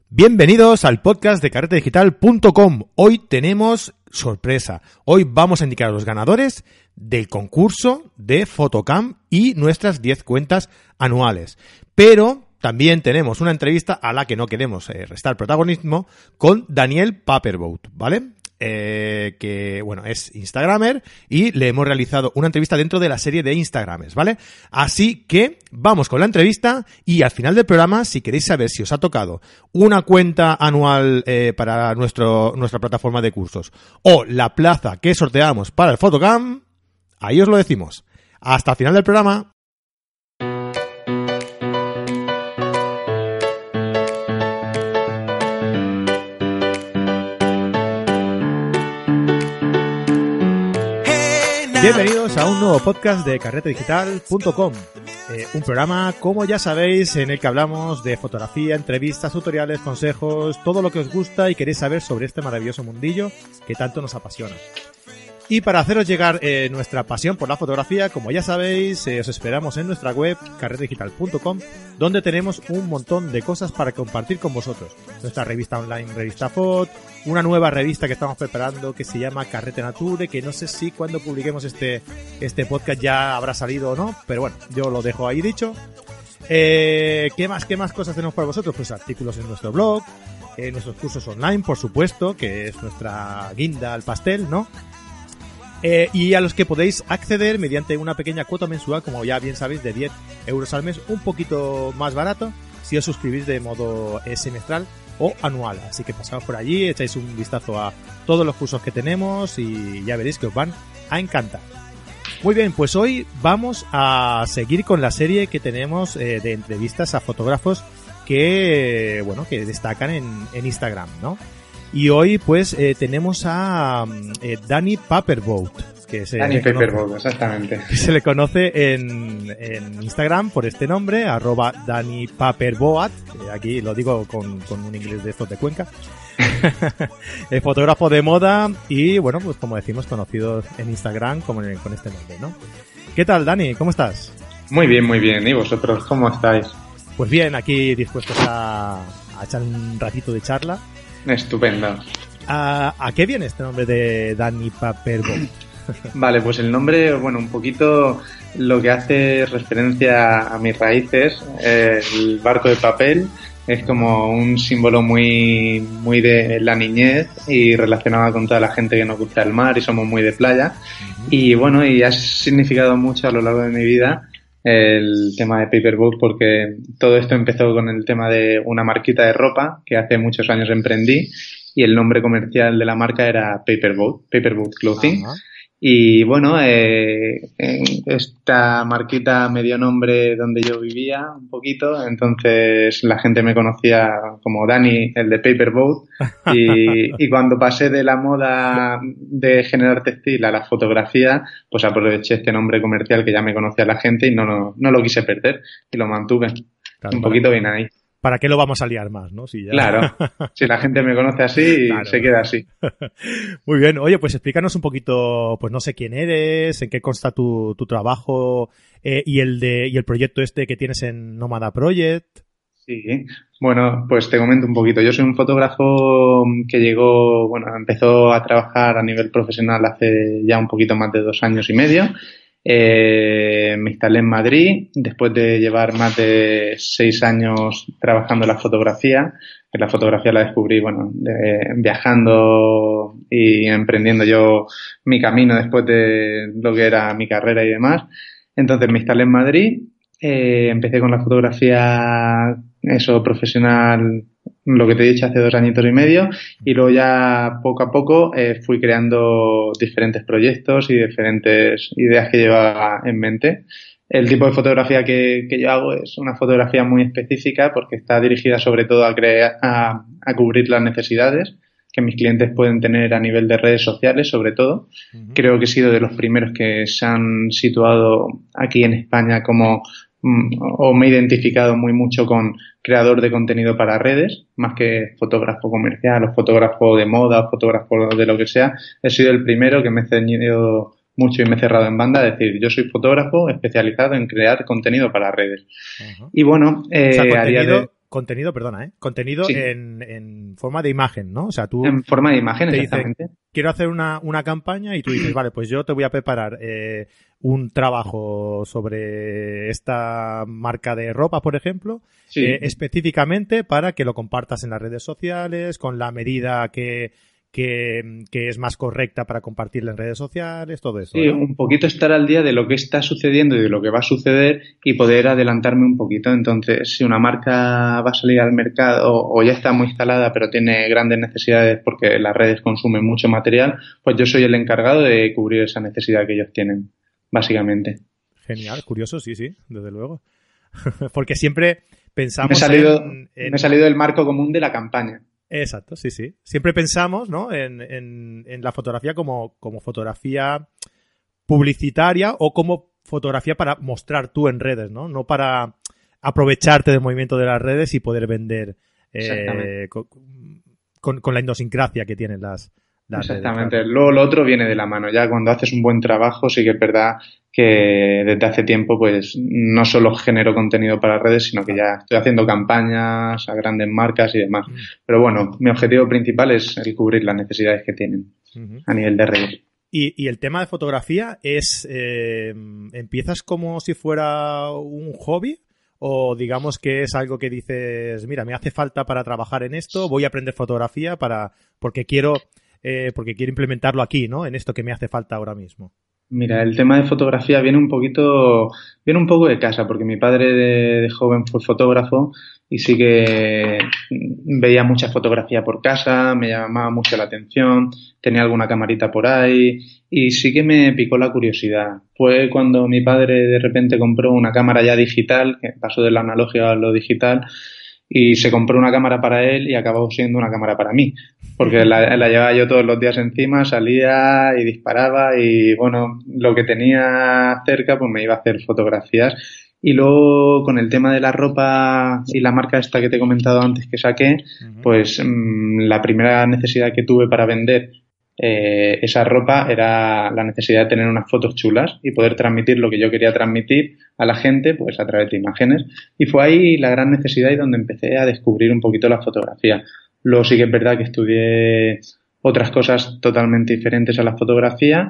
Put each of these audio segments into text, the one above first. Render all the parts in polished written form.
Bienvenidos al podcast de carretedigital.com. Hoy tenemos sorpresa. Hoy vamos a indicar a los ganadores del concurso de Photocam y nuestras 10 cuentas anuales. Pero también tenemos una entrevista a la que no queremos restar protagonismo con Daniel Paperboat, ¿vale? Que bueno, es Instagramer y le hemos realizado una entrevista dentro de la serie de Instagramers, ¿vale? Así que vamos con la entrevista y al final del programa, si queréis saber si os ha tocado una cuenta anual para nuestra plataforma de cursos o la plaza que sorteamos para el Photocam, ahí os lo decimos. Hasta el final del programa. Bienvenidos a un nuevo podcast de carretedigital.com, un programa, como ya sabéis, en el que hablamos de fotografía, entrevistas, tutoriales, consejos, todo lo que os gusta y queréis saber sobre este maravilloso mundillo que tanto nos apasiona. Y para haceros llegar nuestra pasión por la fotografía, como ya sabéis, os esperamos en nuestra web carretedigital.com, donde tenemos un montón de cosas para compartir con vosotros. Nuestra revista online, Revista Fot, una nueva revista que estamos preparando que se llama Carrete Nature, que no sé si cuando publiquemos este podcast ya habrá salido o no, pero bueno, yo lo dejo ahí dicho. ¿Qué más cosas tenemos para vosotros? Pues artículos en nuestro blog, nuestros cursos online, por supuesto, que es nuestra guinda al pastel, ¿no? Y a los que podéis acceder mediante una pequeña cuota mensual, como ya bien sabéis, de 10 euros al mes, un poquito más barato si os suscribís de modo semestral o anual. Así que pasaos por allí, echáis un vistazo a todos los cursos que tenemos y ya veréis que os van a encantar. Muy bien, pues hoy vamos a seguir con la serie que tenemos de entrevistas a fotógrafos que destacan en Instagram, ¿no? Y hoy pues tenemos a Dani Paperboat, Dani Paperboat, exactamente. Que se le conoce en Instagram por este nombre, @DaniPaperboat, aquí lo digo con un inglés de estos de Cuenca. Es fotógrafo de moda y bueno, pues como decimos, conocido en Instagram con este nombre, ¿no? ¿Qué tal, Dani? ¿Cómo estás? Muy bien, muy bien. ¿Y vosotros cómo estáis? Pues bien, aquí dispuestos a echar un ratito de charla. Estupendo. ¿A qué viene este nombre de Dani Paperboat? Vale, pues el nombre, bueno, un poquito lo que hace referencia a mis raíces. El barco de papel es como un símbolo muy de la niñez y relacionado con toda la gente que nos gusta el mar y somos muy de playa. Y bueno, y ha significado mucho a lo largo de mi vida el tema de Paperboat, porque todo esto empezó con el tema de una marquita de ropa que hace muchos años emprendí y el nombre comercial de la marca era Paperboat Clothing. Ajá. Y bueno, esta marquita me dio nombre donde yo vivía un poquito, entonces la gente me conocía como Dani, el de Paperboat, y cuando pasé de la moda de generar textil a la fotografía, pues aproveché este nombre comercial que ya me conocía la gente y no lo quise perder y lo mantuve. Claro, un poquito bien ahí. ¿Para qué lo vamos a liar más, no? Si ya... Claro, si la gente me conoce así, claro, se queda así. Muy bien. Oye, pues explícanos un poquito, pues no sé quién eres, en qué consta tu trabajo y el proyecto este que tienes en Nómada Project. Sí, bueno, pues te comento un poquito. Yo soy un fotógrafo que empezó a trabajar a nivel profesional hace ya un poquito más de 2 años y medio. Me instalé en Madrid después de llevar más de 6 años trabajando en la fotografía, que la fotografía la descubrí, viajando y emprendiendo yo mi camino después de lo que era mi carrera y demás. Entonces me instalé en Madrid, empecé con la fotografía profesional, lo que te he dicho, hace 2 añitos y medio, y luego ya poco a poco fui creando diferentes proyectos y diferentes ideas que llevaba en mente. El tipo de fotografía que yo hago es una fotografía muy específica porque está dirigida sobre todo a cubrir las necesidades que mis clientes pueden tener a nivel de redes sociales, sobre todo. Uh-huh. Creo que he sido de los primeros que se han situado aquí en España o me he identificado muy mucho con creador de contenido para redes, más que fotógrafo comercial o fotógrafo de moda o fotógrafo de lo que sea. He sido el primero que me he ceñido mucho y me he cerrado en banda, es decir, yo soy fotógrafo especializado en crear contenido para redes. Uh-huh. Y bueno, o sea, a día de... contenido, perdona, contenido Sí. en forma de imagen, ¿no? O sea, tú En forma de imagen, te exactamente. dicen, quiero hacer una campaña y tú dices, vale, pues yo te voy a preparar un trabajo sobre esta marca de ropa, por ejemplo, Sí. específicamente para que lo compartas en las redes sociales, con la medida que es más correcta para compartirla en redes sociales, todo eso, Sí, ¿no? un poquito estar al día de lo que está sucediendo y de lo que va a suceder y poder adelantarme un poquito. Entonces, si una marca va a salir al mercado o ya está muy instalada pero tiene grandes necesidades porque las redes consumen mucho material, pues yo soy el encargado de cubrir esa necesidad que ellos tienen, básicamente. Genial, curioso, sí, sí, desde luego. Porque siempre Me he pensamos salido, en, me he salido del marco común de la campaña. Exacto, sí, sí. Siempre pensamos, ¿no? en la fotografía como fotografía publicitaria o como fotografía para mostrar tú en redes, ¿no? No para aprovecharte del movimiento de las redes y poder vender Exactamente. con la idiosincrasia que tienen las redes, Exactamente. claro. Luego lo otro viene de la mano. Ya cuando haces un buen trabajo, sí que es verdad que desde hace tiempo, pues no solo genero contenido para redes, sino que ya estoy haciendo campañas a grandes marcas y demás. Pero bueno, mi objetivo principal es el cubrir las necesidades que tienen a nivel de redes. Y el tema de fotografía es, ¿empiezas como si fuera un hobby? O digamos que es algo que dices, mira, me hace falta para trabajar en esto, voy a aprender fotografía porque quiero implementarlo aquí, ¿no? En esto que me hace falta ahora mismo. Mira, el tema de fotografía viene un poco de casa, porque mi padre de joven fue fotógrafo y sí que veía mucha fotografía por casa, me llamaba mucho la atención, tenía alguna camarita por ahí y sí que me picó la curiosidad. Fue cuando mi padre de repente compró una cámara ya digital, que pasó de lo analógico a lo digital, y se compró una cámara para él y acabó siendo una cámara para mí, porque la llevaba yo todos los días encima, salía y disparaba y bueno, lo que tenía cerca pues me iba a hacer fotografías. Y luego con el tema de la ropa y la marca esta que te he comentado antes que saqué, pues la primera necesidad que tuve para vender esa ropa era la necesidad de tener unas fotos chulas y poder transmitir lo que yo quería transmitir a la gente pues a través de imágenes. Y fue ahí la gran necesidad y donde empecé a descubrir un poquito la fotografía. Luego sí que es verdad que estudié otras cosas totalmente diferentes a la fotografía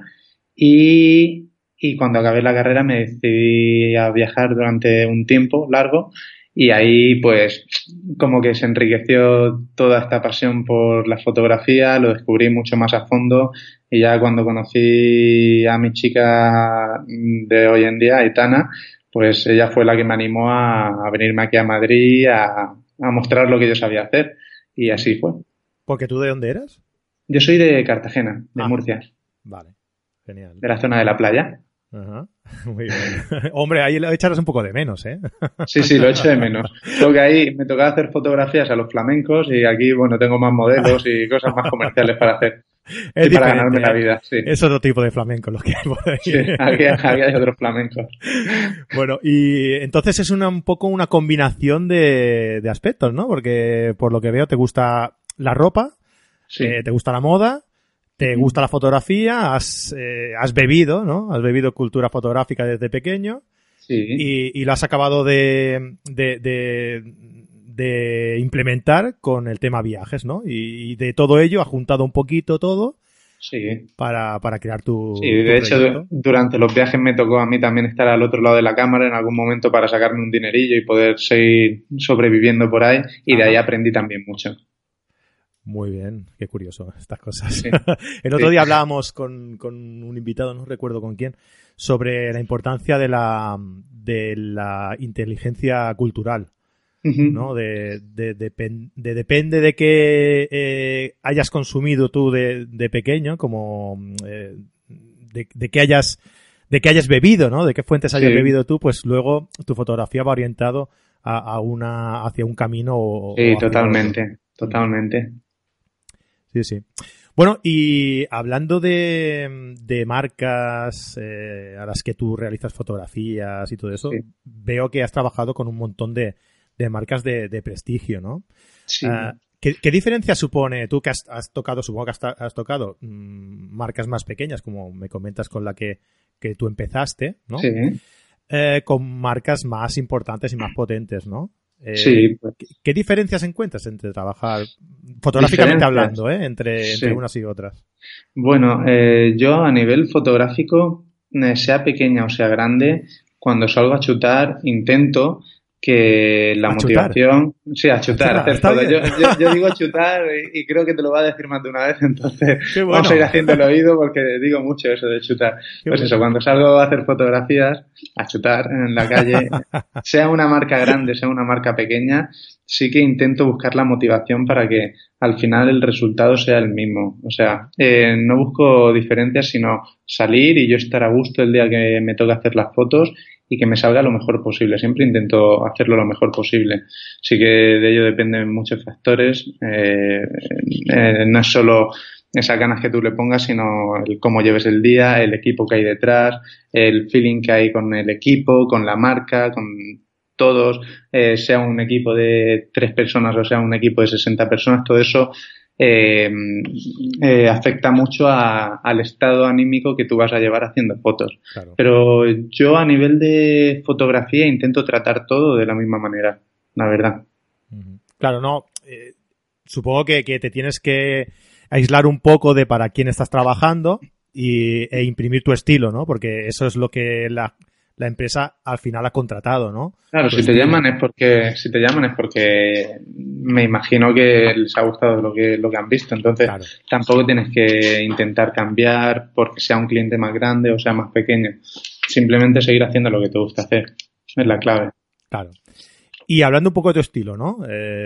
y cuando acabé la carrera me decidí a viajar durante un tiempo largo y ahí pues como que se enriqueció toda esta pasión por la fotografía, lo descubrí mucho más a fondo y ya cuando conocí a mi chica de hoy en día, Aitana, pues ella fue la que me animó a venirme aquí a Madrid a mostrar lo que yo sabía hacer y así fue. ¿Porque tú de dónde eras? Yo soy de Cartagena, de Murcia, Vale, genial. de la zona de la playa. Ajá, muy bien. Hombre, ahí lo echarás un poco de menos, ¿eh? Sí, lo echo de menos. Creo que ahí me tocaba hacer fotografías a los flamencos y aquí, bueno, tengo más modelos y cosas más comerciales para hacer. Es y para diferente, ganarme la vida, sí. Es otro tipo de flamenco los que hay por ahí. Sí, aquí hay otros flamencos. Bueno, y entonces es un poco una combinación de aspectos, ¿no? Porque por lo que veo te gusta la ropa, Sí. te gusta la moda, te gusta la fotografía, has bebido, ¿no? Has bebido cultura fotográfica desde pequeño. Sí. Y lo has acabado de implementar con el tema viajes, ¿no? Y de todo ello has juntado un poquito todo Sí. para crear tu Sí, de hecho, proyecto. durante los viajes me tocó a mí también estar al otro lado de la cámara en algún momento para sacarme un dinerillo y poder seguir sobreviviendo por ahí y de ahí aprendí también mucho. Muy bien, qué curioso estas cosas. Sí. El otro día hablábamos con un invitado, no recuerdo con quién, sobre la importancia de la inteligencia cultural, ¿no? Depende de qué hayas consumido tú de pequeño, como de qué hayas bebido, ¿no? De qué fuentes hayas bebido tú, pues luego tu fotografía va orientado hacia un camino Sí, hacia totalmente. Sí, sí. Bueno, y hablando de marcas a las que tú realizas fotografías y todo eso, Sí. veo que has trabajado con un montón de marcas de prestigio, ¿no? Sí. ¿Qué diferencia supone tú que has tocado, supongo que has tocado marcas más pequeñas, como me comentas con la que tú empezaste, ¿no? Sí. Con marcas más importantes y más potentes, ¿no? Sí, pues, ¿Qué diferencias encuentras entre trabajar fotográficamente hablando, entre unas y otras? Bueno, yo a nivel fotográfico, sea pequeña o sea grande, cuando salgo a chutar intento que la motivación... Sí, a chutar, hacer fotos. Yo digo chutar y creo que te lo va a decir más de una vez, entonces bueno. Vamos a ir haciendo el oído porque digo mucho eso de chutar. Pues eso, cuando salgo a hacer fotografías, a chutar en la calle, sea una marca grande, sea una marca pequeña, sí que intento buscar la motivación para que al final el resultado sea el mismo. O sea, no busco diferencias, sino salir y yo estar a gusto el día que me toca hacer las fotos y que me salga lo mejor posible. Siempre intento hacerlo lo mejor posible. Sí que de ello dependen muchos factores. No es solo esas ganas que tú le pongas, sino el cómo lleves el día, el equipo que hay detrás, el feeling que hay con el equipo, con la marca, con todos, sea un equipo de 3 personas o sea un equipo de 60 personas, todo eso afecta mucho al estado anímico que tú vas a llevar haciendo fotos. Claro. Pero yo a nivel de fotografía intento tratar todo de la misma manera, la verdad. Claro, no. Supongo que te tienes que aislar un poco de para quién estás trabajando e imprimir tu estilo, ¿no? Porque eso es lo que la empresa al final ha contratado, ¿no? Claro, si te llaman es porque me imagino que les ha gustado lo que han visto. Entonces, claro, tampoco tienes que intentar cambiar porque sea un cliente más grande o sea más pequeño. Simplemente seguir haciendo lo que te gusta hacer. Es la clave. Claro. Y hablando un poco de tu estilo, ¿no?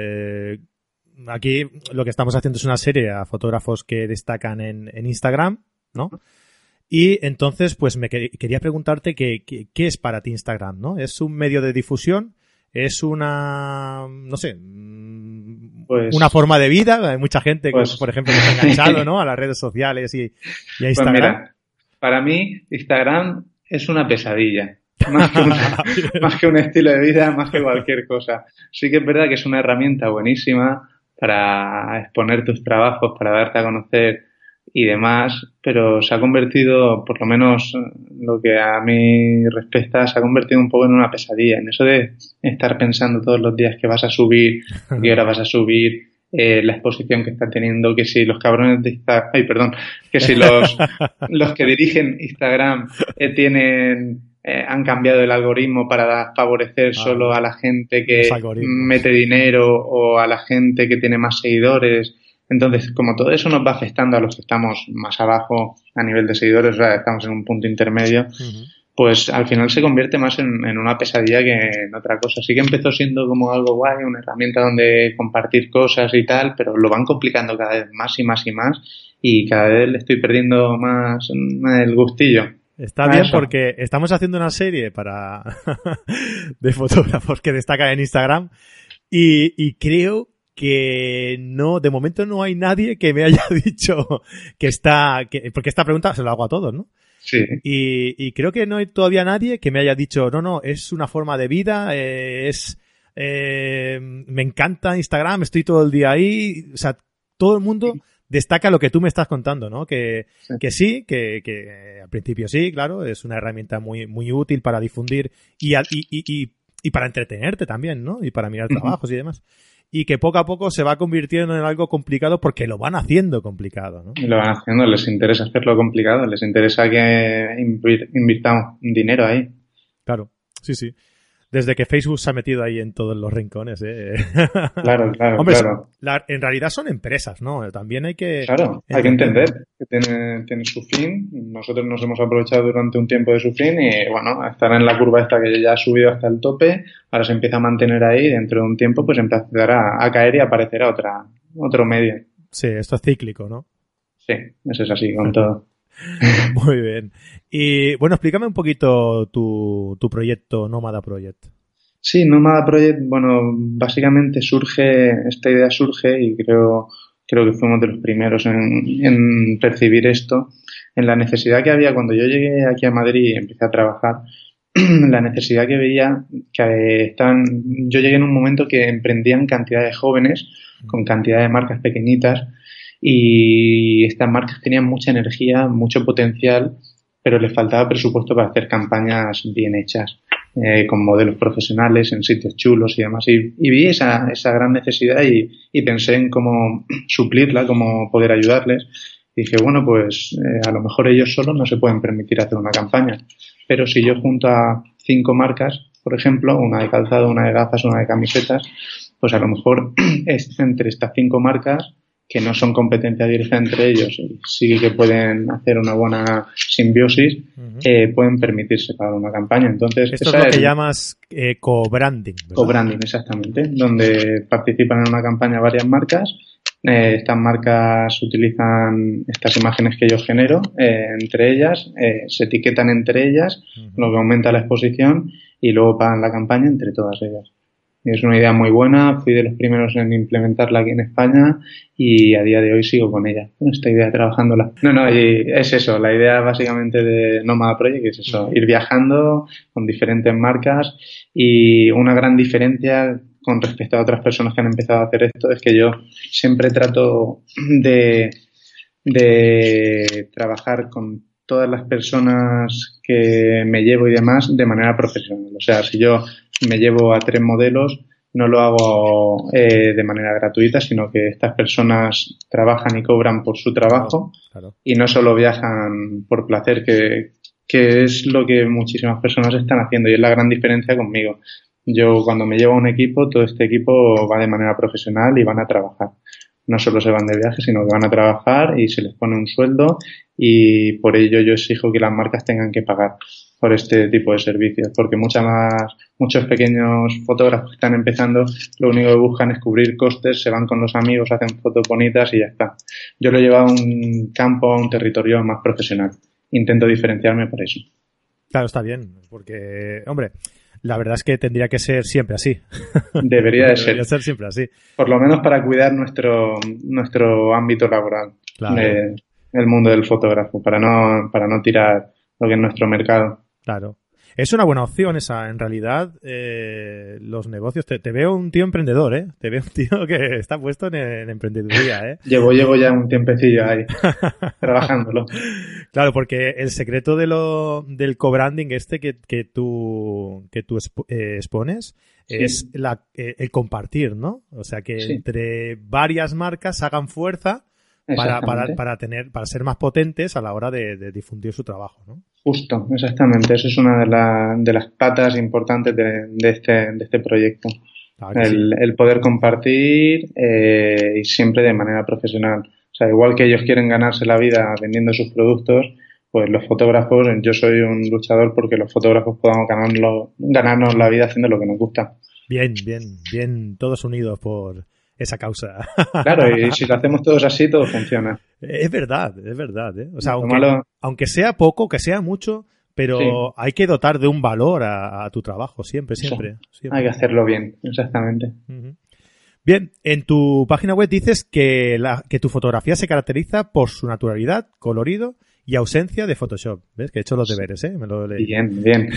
Aquí lo que estamos haciendo es una serie a fotógrafos que destacan en Instagram, ¿no? Y entonces, pues quería preguntarte qué es para ti Instagram, ¿no? ¿Es un medio de difusión? ¿Es una, no sé, pues, una forma de vida? Hay mucha gente que, por ejemplo, que está enganchado, ¿no? A las redes sociales y a Instagram. Pues mira, para mí Instagram es una pesadilla. Más que un estilo de vida, más que cualquier cosa. Sí que es verdad que es una herramienta buenísima para exponer tus trabajos, para darte a conocer y demás, pero se ha convertido, por lo menos lo que a mí respecta, se ha convertido un poco en una pesadilla, en eso de estar pensando todos los días que vas a subir, qué hora vas a subir, la exposición que está teniendo, que si los cabrones de Instagram, que si los que dirigen Instagram han cambiado el algoritmo para favorecer solo a la gente que mete dinero o a la gente que tiene más seguidores. Entonces, como todo eso nos va afectando a los que estamos más abajo a nivel de seguidores, o sea, estamos en un punto intermedio, pues al final se convierte más en una pesadilla que en otra cosa. Sí que empezó siendo como algo guay, una herramienta donde compartir cosas y tal, pero lo van complicando cada vez más y más y más y cada vez le estoy perdiendo más el gustillo. Está bien porque estamos haciendo una serie de fotógrafos que destacan en Instagram y creo que no, de momento no hay nadie que me haya dicho porque esta pregunta se la hago a todos, ¿no? Sí. Y creo que no hay todavía nadie que me haya dicho, no, es una forma de vida, me encanta Instagram, estoy todo el día ahí, o sea, todo el mundo destaca lo que tú me estás contando, ¿no? Que sí, que al principio sí, claro, es una herramienta muy, muy útil para difundir y para entretenerte también, ¿no? Y para mirar trabajos y demás. Y que poco a poco se va convirtiendo en algo complicado porque lo van haciendo complicado, ¿no? Lo van haciendo, les interesa hacerlo complicado, les interesa que invirtamos dinero ahí. Claro, sí. Desde que Facebook se ha metido ahí en todos los rincones, ¿eh? Claro. Hombre, claro. En realidad son empresas, ¿no? También hay que... Claro, hay que entender que tiene su fin. Nosotros nos hemos aprovechado durante un tiempo de su fin y, bueno, estará en la curva esta que ya ha subido hasta el tope, ahora se empieza a mantener ahí y dentro de un tiempo pues empezará a caer y aparecerá otro medio. Sí, esto es cíclico, ¿no? Sí, eso es así con todo. Muy bien. Y bueno, explícame un poquito tu proyecto Nómada Project. Sí, Nómada Project, bueno, básicamente esta idea surge y creo que fuimos de los primeros en percibir esto, en la necesidad que había cuando yo llegué aquí a Madrid y empecé a trabajar, la necesidad que veía yo llegué en un momento que emprendían cantidad de jóvenes con cantidad de marcas pequeñitas y estas marcas tenían mucha energía, mucho potencial, pero les faltaba presupuesto para hacer campañas bien hechas. con modelos profesionales en sitios chulos y demás. Y vi esa gran necesidad y pensé en cómo suplirla, cómo poder ayudarles. Y dije, bueno, pues a lo mejor ellos solos no se pueden permitir hacer una campaña. Pero si yo junto a 5 marcas, por ejemplo, una de calzado, una de gafas, una de camisetas, pues a lo mejor es entre estas 5 marcas que no son competencia directa entre ellos y sí que pueden hacer una buena simbiosis, pueden permitirse pagar una campaña. Entonces, esto es lo que llamas co-branding, ¿verdad? Co-branding, exactamente, donde participan en una campaña varias marcas. Estas marcas utilizan estas imágenes que yo genero entre ellas, se etiquetan entre ellas, lo que aumenta la exposición y luego pagan la campaña entre todas ellas. Es una idea muy buena, fui de los primeros en implementarla aquí en España y a día de hoy sigo con ella, con esta idea trabajándola. Y es eso, la idea básicamente de Nomad Project es eso, ir viajando con diferentes marcas y una gran diferencia con respecto a otras personas que han empezado a hacer esto es que yo siempre trato de trabajar con todas las personas que me llevo y demás de manera profesional. O sea, si yo me llevo a 3 modelos, no lo hago de manera gratuita, sino que estas personas trabajan y cobran por su trabajo. Claro. Y no solo viajan por placer, que es lo que muchísimas personas están haciendo y es la gran diferencia conmigo. Yo cuando me llevo a un equipo, todo este equipo va de manera profesional y van a trabajar. No solo se van de viaje, sino que van a trabajar y se les pone un sueldo y por ello yo exijo que las marcas tengan que pagar por este tipo de servicios, porque muchos pequeños fotógrafos que están empezando lo único que buscan es cubrir costes, se van con los amigos, hacen fotos bonitas y ya está. Yo lo he llevado a un campo, a un territorio más profesional. Intento diferenciarme por eso. Claro, está bien, porque, hombre, la verdad es que tendría que ser siempre así. Debería ser siempre así. Por lo menos para cuidar nuestro ámbito laboral, claro. El mundo del fotógrafo, para no tirar lo que es nuestro mercado. Claro. Es una buena opción esa, en realidad, los negocios. Te veo un tío emprendedor, ¿eh? Te veo un tío que está puesto en emprendeduría, ¿eh? Llevo ya un tiempecillo ahí, trabajándolo. Claro, porque el secreto del co-branding que tú expones es el compartir, ¿no? O sea, que entre varias marcas hagan fuerza para ser más potentes a la hora de difundir su trabajo, ¿no? Justo, exactamente. Eso es una de las patas importantes de este proyecto. Claro, el poder compartir y siempre de manera profesional. O sea, igual que ellos quieren ganarse la vida vendiendo sus productos, pues los fotógrafos, yo soy un luchador porque los fotógrafos podamos ganarnos la vida haciendo lo que nos gusta. Bien, todos unidos por esa causa. Claro, y si lo hacemos todos así, todo funciona. Es verdad, ¿eh? O sea, aunque sea poco, que sea mucho, pero hay que dotar de un valor a tu trabajo, siempre. Hay que hacerlo bien, exactamente. Uh-huh. Bien, en tu página web dices que tu fotografía se caracteriza por su naturalidad, colorido y ausencia de Photoshop. ¿Ves? Que he hecho los deberes, ¿eh? Me lo leí. Bien.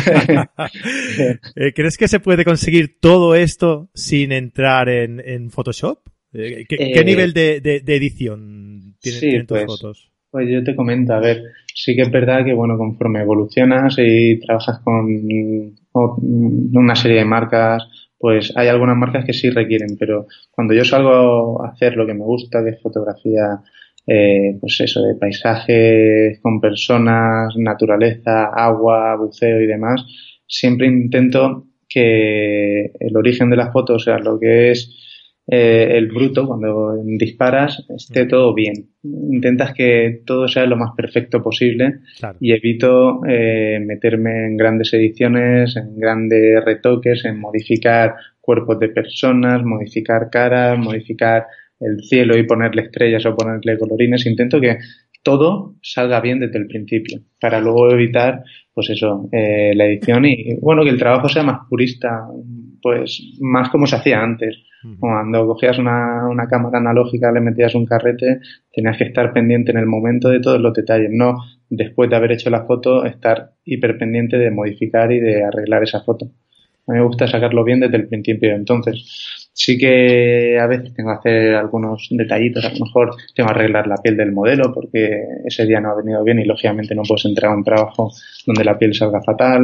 ¿Crees que se puede conseguir todo esto sin entrar en Photoshop? ¿Qué nivel de edición tienen tus fotos? Pues yo te comento, a ver, sí que es verdad que, bueno, conforme evolucionas y trabajas con una serie de marcas, pues hay algunas marcas que sí requieren, pero cuando yo salgo a hacer lo que me gusta, que es fotografía, pues eso, de paisajes con personas, naturaleza, agua, buceo y demás, siempre intento que el origen de la foto, o sea, lo que es el bruto, cuando disparas, esté todo bien. Intentas que todo sea lo más perfecto posible. Claro. Y evito meterme en grandes ediciones, en grandes retoques, en modificar cuerpos de personas, modificar caras, modificar el cielo y ponerle estrellas o ponerle colorines. Intento que todo salga bien desde el principio para luego evitar, pues eso, la edición y, bueno, que el trabajo sea más purista, pues más como se hacía antes. Cuando cogías una cámara analógica, le metías un carrete, tenías que estar pendiente en el momento de todos los detalles, no después de haber hecho la foto estar hiperpendiente de modificar y de arreglar esa foto. A mí me gusta sacarlo bien desde el principio. Entonces, sí que a veces tengo que hacer algunos detallitos. A lo mejor tengo que arreglar la piel del modelo porque ese día no ha venido bien y lógicamente no puedes entrar a un trabajo donde la piel salga fatal.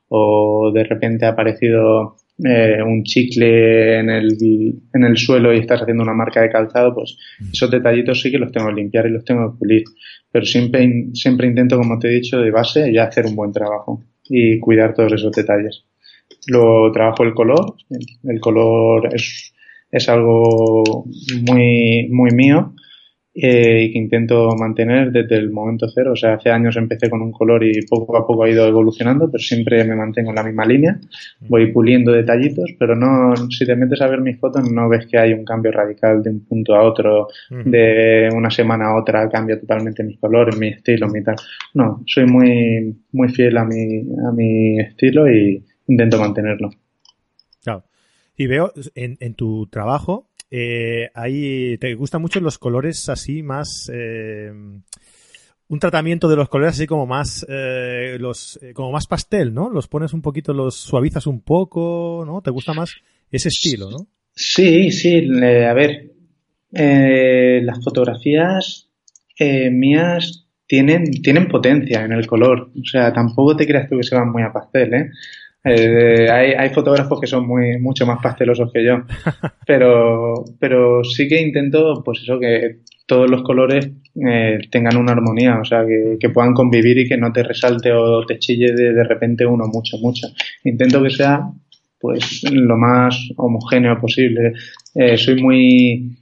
o de repente ha aparecido un chicle en el suelo y estás haciendo una marca de calzado, pues esos detallitos sí que los tengo que limpiar y los tengo que pulir. Pero siempre intento, como te he dicho, de base ya hacer un buen trabajo y cuidar todos esos detalles. Luego trabajo el color. El color es algo muy, muy mío y que intento mantener desde el momento cero. O sea, hace años empecé con un color y poco a poco ha ido evolucionando, pero siempre me mantengo en la misma línea. Voy puliendo detallitos, pero no, si te metes a ver mis fotos no ves que hay un cambio radical de un punto a otro, de una semana a otra cambio totalmente mis colores, mi estilo, mi tal. No, soy muy, muy fiel a mi estilo y intento mantenerlo. Claro. Y veo en tu trabajo, ahí te gustan mucho los colores así más... un tratamiento de los colores así como más como más pastel, ¿no? Los pones un poquito, los suavizas un poco, ¿no? ¿Te gusta más ese estilo, no? Sí, a ver, las fotografías mías tienen potencia en el color, o sea, tampoco te creas tú que se van muy a pastel, ¿eh? Hay fotógrafos que son mucho más pastelosos que yo, pero sí que intento, pues eso, que todos los colores tengan una armonía, o sea, que puedan convivir y que no te resalte o te chille de repente uno mucho. Intento que sea, pues, lo más homogéneo posible. Soy muy...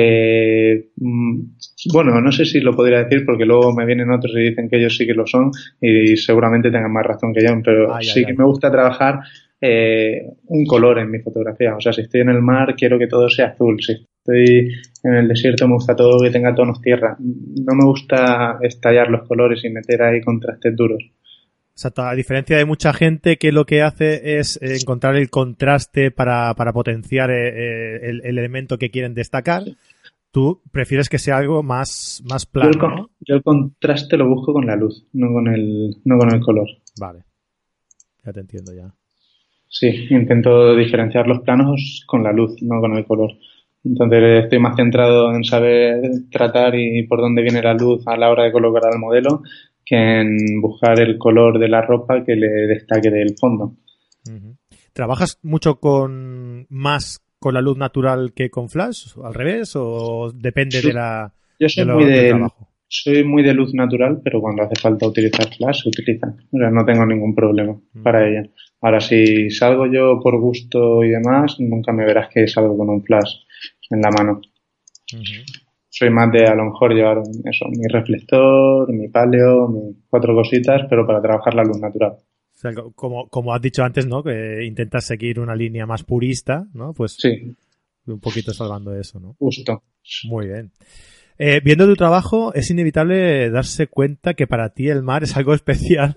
bueno, no sé si lo podría decir porque luego me vienen otros y dicen que ellos sí que lo son y seguramente tengan más razón que yo, pero que me gusta trabajar un color en mi fotografía. O sea, si estoy en el mar quiero que todo sea azul, si estoy en el desierto me gusta todo que tenga tonos tierra. No me gusta estallar los colores y meter ahí contrastes duros. Exacto, a diferencia de mucha gente que lo que hace es encontrar el contraste para potenciar el elemento que quieren destacar, tú prefieres que sea algo más plano, ¿no? Yo el contraste lo busco con la luz, no con el color. Vale, ya te entiendo ya. Sí, intento diferenciar los planos con la luz, no con el color. Entonces estoy más centrado en saber tratar y por dónde viene la luz a la hora de colocar al modelo que en buscar el color de la ropa que le destaque del fondo. Uh-huh. ¿Trabajas mucho más con la luz natural que con flash? ¿Al revés? ¿O depende Yo soy del trabajo? Soy muy de luz natural, pero cuando hace falta utilizar flash, se utiliza. O sea, no tengo ningún problema para ello. Ahora, si salgo yo por gusto y demás, nunca me verás que salgo con un flash en la mano. Uh-huh. Soy más de a lo mejor llevar mi reflector, mi paleo, mis 4 cositas, pero para trabajar la luz natural. O sea, como has dicho antes, ¿no? Que intentas seguir una línea más purista, ¿no? Pues sí. Un poquito salvando eso, ¿no? Justo. Muy bien. Viendo tu trabajo, es inevitable darse cuenta que para ti el mar es algo especial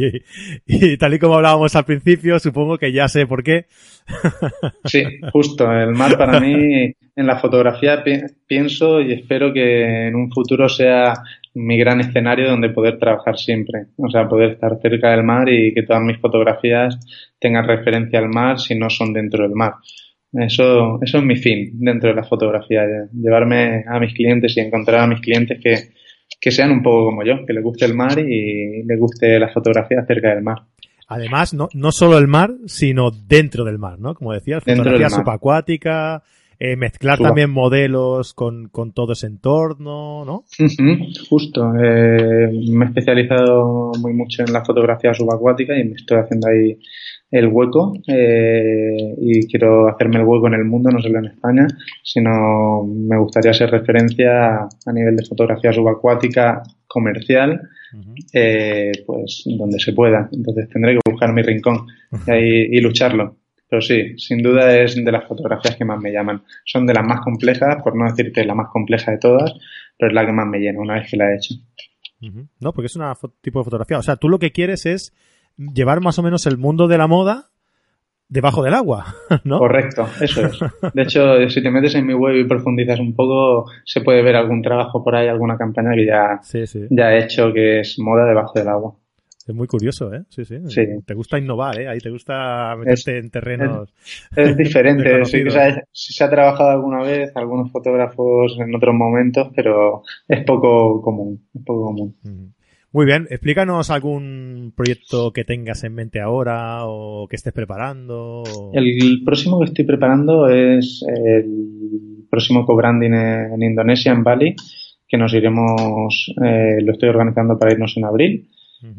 y tal y como hablábamos al principio, supongo que ya sé por qué. Sí, justo. El mar para mí, en la fotografía pienso y espero que en un futuro sea mi gran escenario donde poder trabajar siempre. O sea, poder estar cerca del mar y que todas mis fotografías tengan referencia al mar si no son dentro del mar. Eso es mi fin dentro de la fotografía, llevarme a mis clientes y encontrar a mis clientes que sean un poco como yo, que les guste el mar y les guste la fotografía cerca del mar. Además, no solo el mar, sino dentro del mar, ¿no? Como decías, fotografía subacuática, mezclar también modelos con todo ese entorno, ¿no? Justo. Me he especializado muy mucho en la fotografía subacuática y me estoy haciendo ahí el hueco y quiero hacerme el hueco en el mundo, no solo en España, sino me gustaría ser referencia a nivel de fotografía subacuática comercial, pues donde se pueda. Entonces tendré que buscar mi rincón y lucharlo. Pero sí, sin duda es de las fotografías que más me llaman. Son de las más complejas, por no decir que es la más compleja de todas, pero es la que más me llena una vez que la he hecho. No, porque es un tipo de fotografía. O sea, tú lo que quieres es llevar más o menos el mundo de la moda debajo del agua, ¿no? Correcto, eso es. De hecho, si te metes en mi web y profundizas un poco, se puede ver algún trabajo por ahí, alguna campaña que ya he hecho que es moda debajo del agua. Es muy curioso, ¿eh? Sí. Te gusta innovar, ¿eh? Ahí te gusta meterte en terrenos. Es diferente. Sí que se ha trabajado alguna vez, algunos fotógrafos en otros momentos, pero es poco común. Muy bien, explícanos algún proyecto que tengas en mente ahora o que estés preparando. El próximo que estoy preparando es el próximo co-branding en Indonesia, en Bali, que nos iremos, lo estoy organizando para irnos en abril.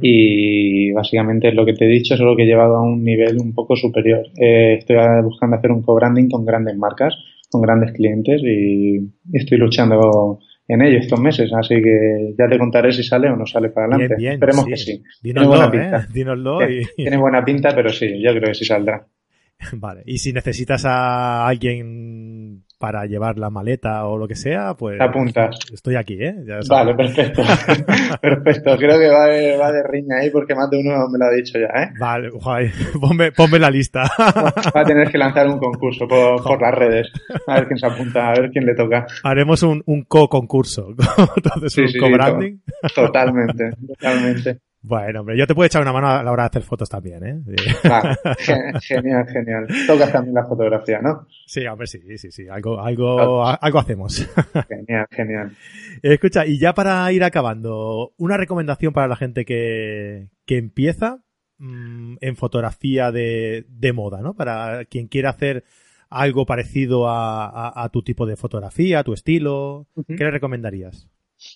Y básicamente lo que te he dicho es lo que he llevado a un nivel un poco superior. Estoy buscando hacer un co-branding con grandes marcas, con grandes clientes y estoy luchando en ello estos meses, así que ya te contaré si sale o no sale para adelante. Bien, Esperemos sí. que sí. Dínoslo, tiene buena pinta. Dínoslo. Tiene buena pinta, pero sí, yo creo que sí saldrá. Vale, y si necesitas a alguien para llevar la maleta o lo que sea, pues... Apuntas. Estoy aquí, Ya sabes. Vale, perfecto. Perfecto. Creo que va de riña ahí porque más de uno me lo ha dicho ya, Vale, joder, ponme la lista. Va a tener que lanzar un concurso por las redes. A ver quién se apunta, a ver quién le toca. Haremos un co-concurso. Entonces, un co-branding. Totalmente. Bueno, hombre, yo te puedo echar una mano a la hora de hacer fotos también, Vale, genial. Tocas también la fotografía, ¿no? Sí, hombre, sí. Algo hacemos. Genial. Escucha, y ya para ir acabando, una recomendación para la gente que empieza en fotografía de moda, ¿no? Para quien quiera hacer algo parecido a tu tipo de fotografía, a tu estilo, ¿qué le recomendarías?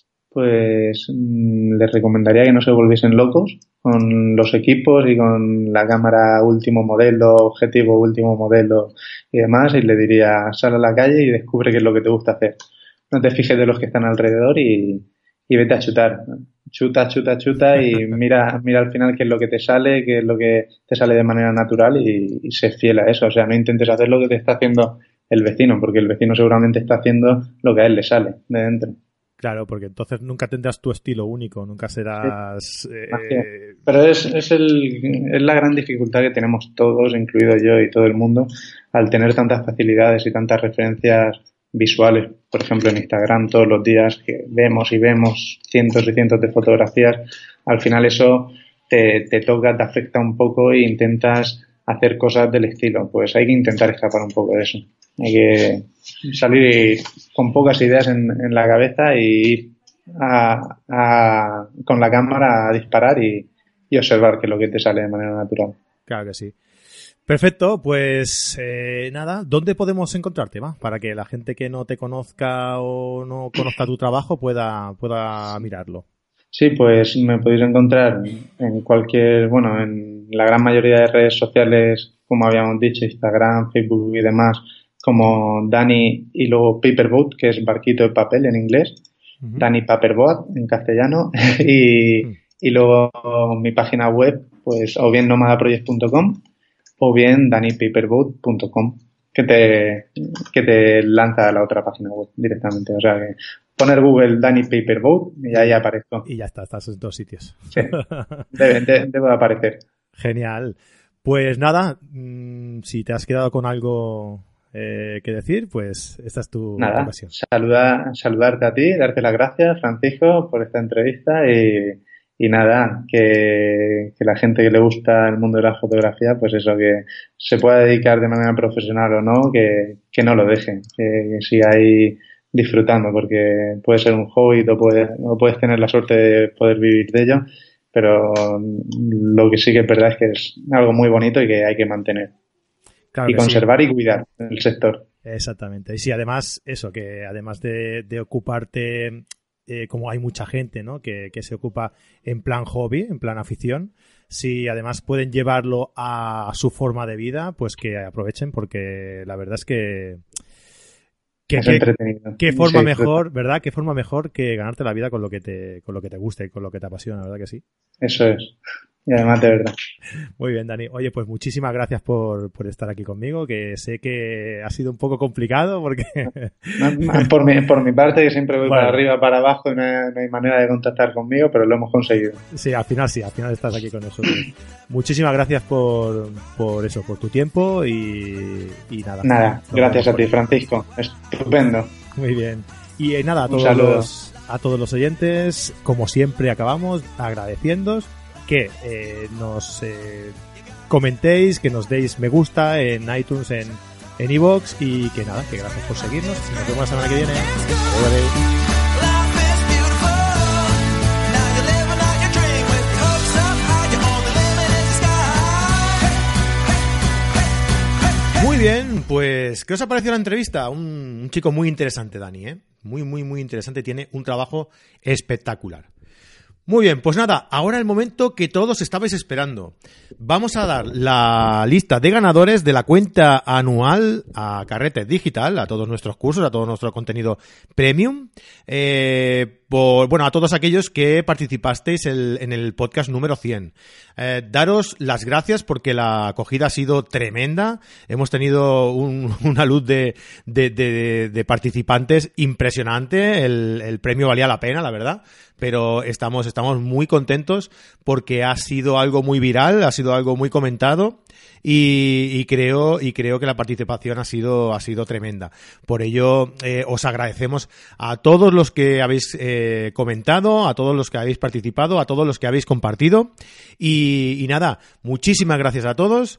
Pues les recomendaría que no se volviesen locos con los equipos y con la cámara último modelo, objetivo último modelo y demás, y le diría, sal a la calle y descubre qué es lo que te gusta hacer. No te fijes de los que están alrededor y vete a chutar. Chuta y mira al final qué es lo que te sale, qué es lo que te sale de manera natural y sé fiel a eso. O sea, no intentes hacer lo que te está haciendo el vecino, porque el vecino seguramente está haciendo lo que a él le sale de dentro. Claro, porque entonces nunca tendrás tu estilo único, nunca serás... Sí. Pero es la gran dificultad que tenemos todos, incluido yo y todo el mundo, al tener tantas facilidades y tantas referencias visuales. Por ejemplo, en Instagram todos los días que vemos cientos y cientos de fotografías, al final eso te toca, te afecta un poco e intentas hacer cosas del estilo. Pues hay que intentar escapar un poco de eso. Hay que salir con pocas ideas en la cabeza y ir con la cámara a disparar y observar qué es lo que te sale de manera natural. Claro que sí. Perfecto, pues nada, ¿dónde podemos encontrarte, va? Para que la gente que no te conozca o no conozca tu trabajo pueda mirarlo. Sí, pues me podéis encontrar en la gran mayoría de redes sociales, como habíamos dicho, Instagram, Facebook y demás, como Dani y luego Paperboat, que es barquito de papel en inglés, Dani Paperboat en castellano, y luego mi página web, pues o bien nomadaproject.com o bien danipaperboat.com, que te lanza a la otra página web directamente. O sea que poner Google Dani Paperboat y ahí aparezco. Y ya estás en 2 sitios. Sí, debe aparecer. Genial. Pues nada, si te has quedado con algo que decir, pues esta es tu ocasión. Saludarte a ti, darte las gracias, Francisco, por esta entrevista y nada, que la gente que le gusta el mundo de la fotografía, pues eso, que se pueda dedicar de manera profesional o no, que no lo dejen, que siga ahí disfrutando, porque puede ser un hobby o puedes tener la suerte de poder vivir de ello, pero lo que sí que es verdad es que es algo muy bonito y que hay que mantener. Claro, y conservar y cuidar el sector. Exactamente. Y sí, además, eso, que además de ocuparte, como hay mucha gente, ¿no? Que se ocupa en plan hobby, en plan afición, si además pueden llevarlo a su forma de vida, pues que aprovechen, porque la verdad es que es entretenido. Qué forma mejor, ¿verdad? Qué forma mejor que ganarte la vida con lo que te guste y con lo que te apasiona, ¿verdad que sí? Eso es. Y además de verdad. Muy bien, Dani. Oye, pues muchísimas gracias por estar aquí conmigo, que sé que ha sido un poco complicado porque... por mi parte, que siempre voy para arriba, para abajo y no hay manera de contactar conmigo, pero lo hemos conseguido. Sí, al final estás aquí con nosotros. Muchísimas gracias por tu tiempo y nada. Nada, gracias a ti, Francisco. Estupendo. Muy bien. Y nada, a todos los oyentes, como siempre acabamos agradeciéndos que nos comentéis, que nos deis me gusta en iTunes, en iVoox y que nada, que gracias por seguirnos. Nos vemos la semana que viene. Adiós. Muy bien, pues ¿qué os ha parecido la entrevista? Un chico muy interesante, Dani, ¿eh? Muy interesante, tiene un trabajo espectacular. Muy bien, pues nada, ahora el momento que todos estabais esperando. Vamos a dar la lista de ganadores de la cuenta anual a Carrete Digital, a todos nuestros cursos, a todo nuestro contenido premium, a todos aquellos que participasteis en el podcast número 100. Daros las gracias porque la acogida ha sido tremenda. Hemos tenido una luz de participantes impresionante. El premio valía la pena, la verdad. Pero estamos muy contentos porque ha sido algo muy viral, ha sido algo muy comentado y creo que la participación ha sido tremenda. Por ello, os agradecemos a todos los que habéis comentado, a todos los que habéis participado, a todos los que habéis compartido y nada, muchísimas gracias a todos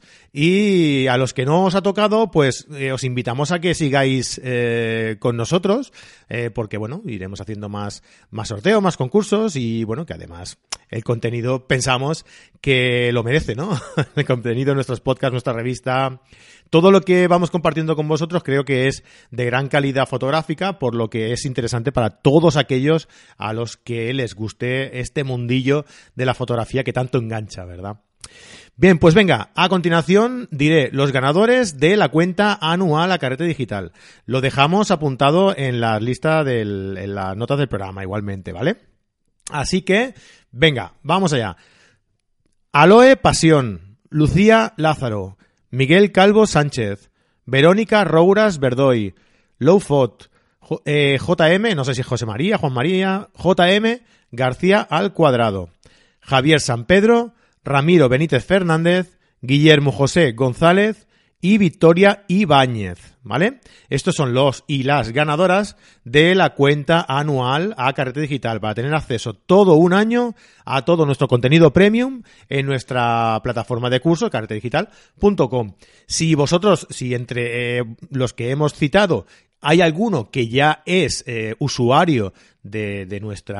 y a los que no os ha tocado, pues os invitamos a que sigáis con nosotros porque bueno, iremos haciendo más sorteos, más concursos y bueno, que además el contenido pensamos que lo merece, ¿no? El contenido de nuestros podcasts, nuestra revista, todo lo que vamos compartiendo con vosotros creo que es de gran calidad fotográfica, por lo que es interesante para todos aquellos a los que les guste este mundillo de la fotografía que tanto engancha, ¿verdad? Bien, pues venga, a continuación diré los ganadores de la cuenta anual a Carrete Digital. Lo dejamos apuntado en la lista en las notas del programa igualmente, ¿vale? Así que, venga, vamos allá. Aloe Pasión, Lucía Lázaro, Miguel Calvo Sánchez, Verónica Rouras Verdoy, Lowfot, JM, no sé si es José María, Juan María, JM García al cuadrado, Javier San Pedro, Ramiro Benítez Fernández, Guillermo José González y Victoria Ibáñez, ¿vale? Estos son los y las ganadoras de la cuenta anual a Carrete Digital para tener acceso todo un año a todo nuestro contenido premium en nuestra plataforma de curso carretedigital.com. Si entre los que hemos citado hay alguno que ya es usuario de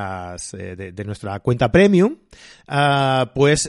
nuestra cuenta premium, pues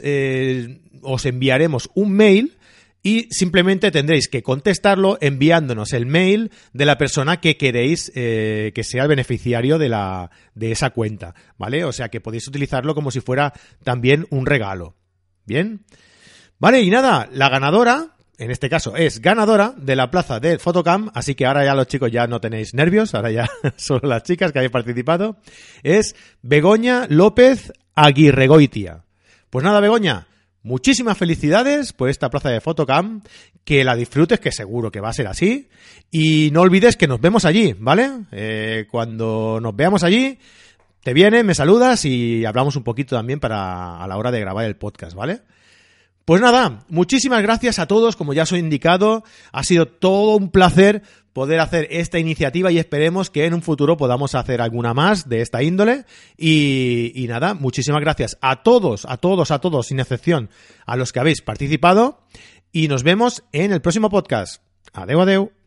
os enviaremos un mail y simplemente tendréis que contestarlo enviándonos el mail de la persona que queréis que sea el beneficiario de esa cuenta, ¿vale? O sea que podéis utilizarlo como si fuera también un regalo. ¿Bien? Vale, y nada, la ganadora, en este caso es ganadora de la plaza de Fotocam, así que ahora ya los chicos ya no tenéis nervios, ahora ya solo las chicas que habéis participado, es Begoña López Aguirregoitia. Pues nada, Begoña, muchísimas felicidades por esta plaza de Fotocam, que la disfrutes, que seguro que va a ser así, y no olvides que nos vemos allí, ¿vale? Cuando nos veamos allí, te vienes, me saludas y hablamos un poquito también a la hora de grabar el podcast, ¿vale? Pues nada, muchísimas gracias a todos, como ya os he indicado, ha sido todo un placer poder hacer esta iniciativa y esperemos que en un futuro podamos hacer alguna más de esta índole y nada, muchísimas gracias a todos, sin excepción, a los que habéis participado y nos vemos en el próximo podcast. Adeu.